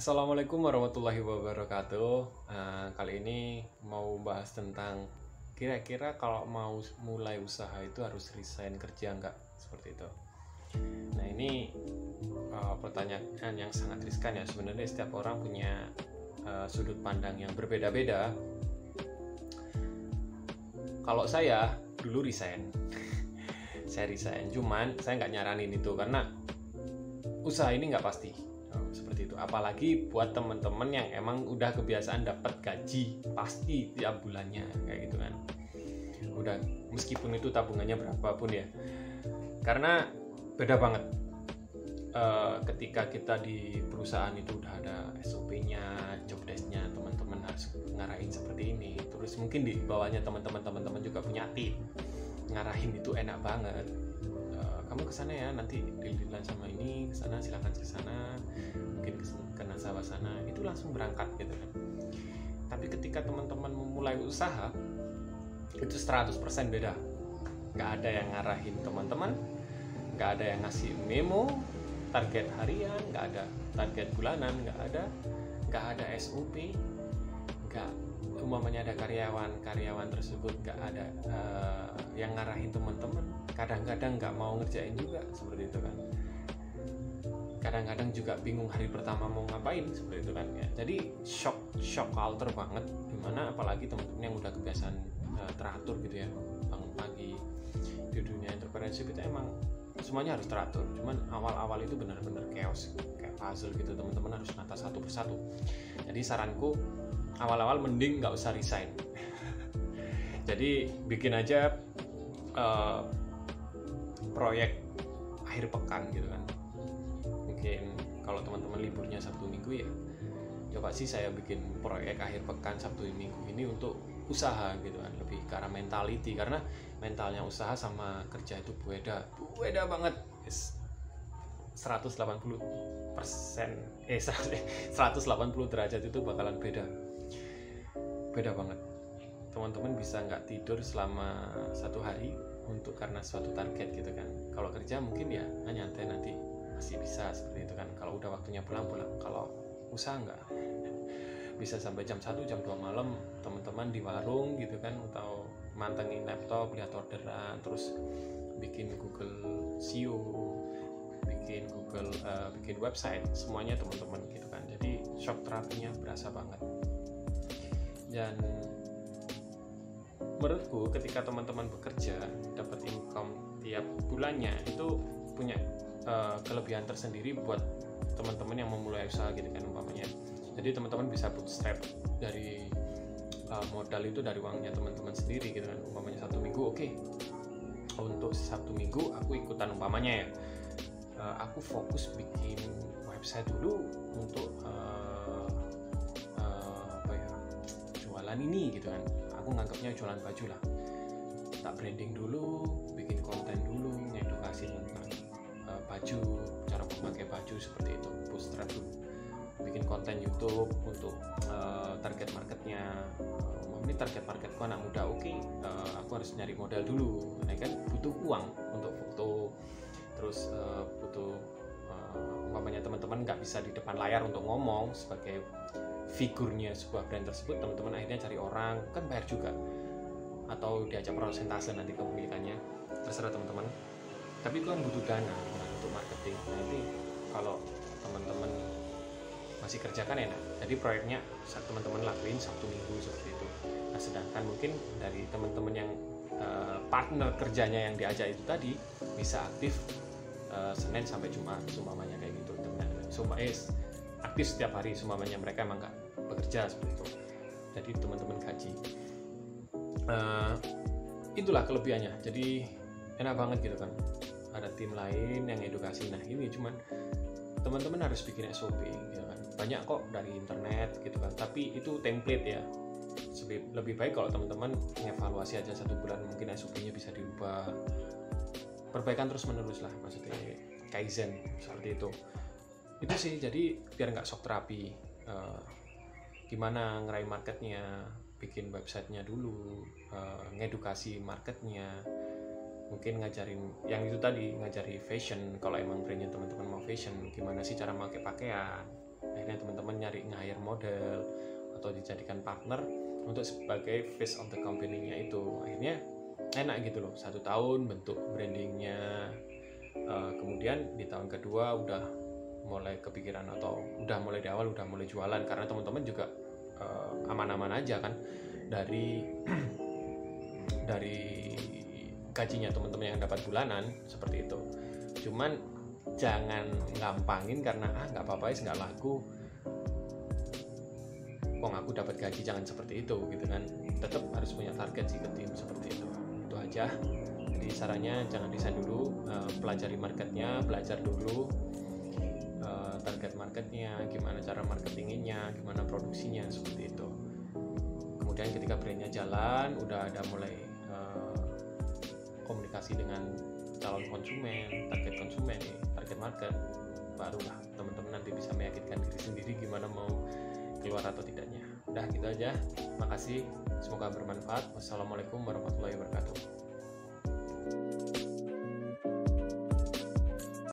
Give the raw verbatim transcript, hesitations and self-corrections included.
Assalamualaikum warahmatullahi wabarakatuh. Nah, kali ini mau bahas tentang kira-kira kalau mau mulai usaha itu harus resign kerja nggak? Seperti itu. Nah ini uh, pertanyaan yang sangat riskan ya. Sebenarnya setiap orang punya uh, sudut pandang yang berbeda-beda. Kalau saya dulu resign, saya resign. Cuman saya nggak nyaranin itu karena usaha ini nggak pasti. Oh, seperti itu. Apalagi buat temen-temen yang emang udah kebiasaan dapat gaji pasti tiap bulannya kayak gitu kan. Udah meskipun itu tabungannya berapapun ya. Karena beda banget. E, ketika kita di perusahaan itu udah ada S O P-nya, job desk-nya, teman-teman harus ngarahin seperti ini. Terus mungkin di bawahnya teman-teman teman-teman juga punya tim. Ngarahin itu enak banget. Kamu kesana ya, nanti dilihat sama ini, kesana silakan kesana, mungkin ke nasabah sana, itu langsung berangkat gitu kan. Tapi ketika teman-teman memulai usaha, itu seratus persen beda. Nggak ada yang ngarahin teman-teman, nggak ada yang ngasih memo, target harian, nggak ada target bulanan, nggak ada, nggak ada S O P, nggak umpamanya ada karyawan, karyawan tersebut nggak ada uh, yang ngarahin teman-teman. Kadang-kadang nggak mau ngerjain juga seperti itu kan. Kadang-kadang juga bingung hari pertama mau ngapain seperti itu kan ya. Jadi shock shock culture banget, dimana apalagi teman-teman yang udah kebiasaan uh, teratur gitu ya, bangun pagi. Di dunia entrepreneurship itu emang semuanya harus teratur. Cuman awal-awal itu benar-benar chaos, kayak puzzle gitu, teman-teman harus nata satu persatu. Jadi saranku awal-awal mending nggak usah resign. Jadi bikin aja uh, proyek akhir pekan gitu kan. Mungkin kalau teman-teman liburnya Sabtu Minggu ya coba sih saya bikin proyek akhir pekan Sabtu Minggu ini untuk usaha gitu kan, lebih ke arah mentality, karena mentalnya usaha sama kerja itu beda beda banget. seratus delapan puluh persen eh seratus delapan puluh derajat itu bakalan beda beda banget. Teman-teman bisa nggak tidur selama satu hari untuk karena suatu target gitu kan. Kalau kerja mungkin ya nyantai, nanti masih bisa seperti itu kan. Kalau udah waktunya pulang-pulang. Kalau usaha nggak, bisa sampai jam satu jam dua malam teman-teman di warung gitu kan, atau mantengin laptop, lihat orderan, terus bikin Google S E O, bikin Google uh, bikin website, semuanya teman-teman gitu kan. Jadi shock terapinya berasa banget. Dan menurutku ketika teman-teman bekerja dapat income tiap bulannya itu punya uh, kelebihan tersendiri buat teman-teman yang memulai usaha gitu kan umpamanya. Jadi teman-teman bisa bootstrap dari uh, modal itu dari uangnya teman-teman sendiri gitu kan. Umpamanya Sabtu Minggu, oke, okay. Untuk Sabtu Minggu aku ikutan umpamanya ya, uh, aku fokus bikin website dulu untuk uh, uh, apa ya, jualan ini gitu kan. Aku nganggapnya jualan baju lah, tak branding dulu, bikin konten dulu, ngedukasi tentang uh, baju, cara memakai baju seperti itu, bootstrap dulu, bikin konten YouTube untuk uh, target marketnya. Uh, ini target marketku anak muda, oke, okay, uh, aku harus nyari modal dulu, nah, kan butuh uang untuk foto, terus uh, butuh uh, umpamanya teman-teman nggak bisa di depan layar untuk ngomong sebagai figurnya sebuah brand tersebut, teman-teman akhirnya cari orang, kan bayar juga, atau diajak persentase nanti kepemilikannya, terserah teman-teman. Tapi itu kan butuh dana nah, untuk marketing. Nah itu kalau teman-teman masih kerjakan enak, jadi proyeknya teman-teman lakuin Sabtu Minggu seperti itu. Nah sedangkan mungkin dari teman-teman yang uh, partner kerjanya yang diajak itu tadi bisa aktif uh, Senin sampai Jumat seumpamanya kayak gitu. Sumpah eh, aktif setiap hari seumpamanya mereka emang nggak bekerja seperti itu. Jadi teman-teman gaji. Uh, itulah kelebihannya. Jadi enak banget gitu kan. Ada tim lain yang edukasi. Nah ini cuman teman-teman harus bikin S O P gitu kan. Banyak kok dari internet gitu kan. Tapi itu template ya. Lebih baik kalau teman-teman mengevaluasi aja satu bulan, mungkin S O P-nya bisa diubah. Perbaikan terus menerus lah, maksudnya kaizen seperti itu. Itu sih, jadi biar nggak shock terapi. Uh, gimana ngeraih marketnya, bikin websitenya dulu, uh, ngedukasi marketnya, mungkin ngajarin yang itu tadi, ngajari fashion kalau emang brandnya teman-teman mau fashion, gimana sih cara pakai pakaian, akhirnya teman-teman nyari nge-hire model atau dijadikan partner untuk sebagai face of the company-nya itu. Akhirnya enak gitu loh, satu tahun bentuk brandingnya, uh, kemudian di tahun kedua udah mulai kepikiran atau udah mulai di awal udah mulai jualan, karena teman-teman juga uh, aman-aman aja kan dari dari gajinya teman-teman yang dapat bulanan seperti itu. Cuman jangan gampangin karena ah nggak apa-apa ya nggak laku, wong aku dapat gaji, jangan seperti itu gitu kan. Tetap harus punya target sih ke tim seperti itu. Itu aja. Jadi sarannya jangan desain dulu, uh, pelajari marketnya, belajar dulu uh, target marketnya, gimana cara marketinginnya, gimana produksinya seperti itu. Kemudian ketika brandnya jalan, udah ada mulai uh, komunikasi dengan calon konsumen, target konsumen, target market, barulah teman-teman nanti bisa meyakinkan diri sendiri gimana mau keluar atau tidaknya. Udah gitu aja. Makasih, semoga bermanfaat. Wassalamualaikum warahmatullahi wabarakatuh.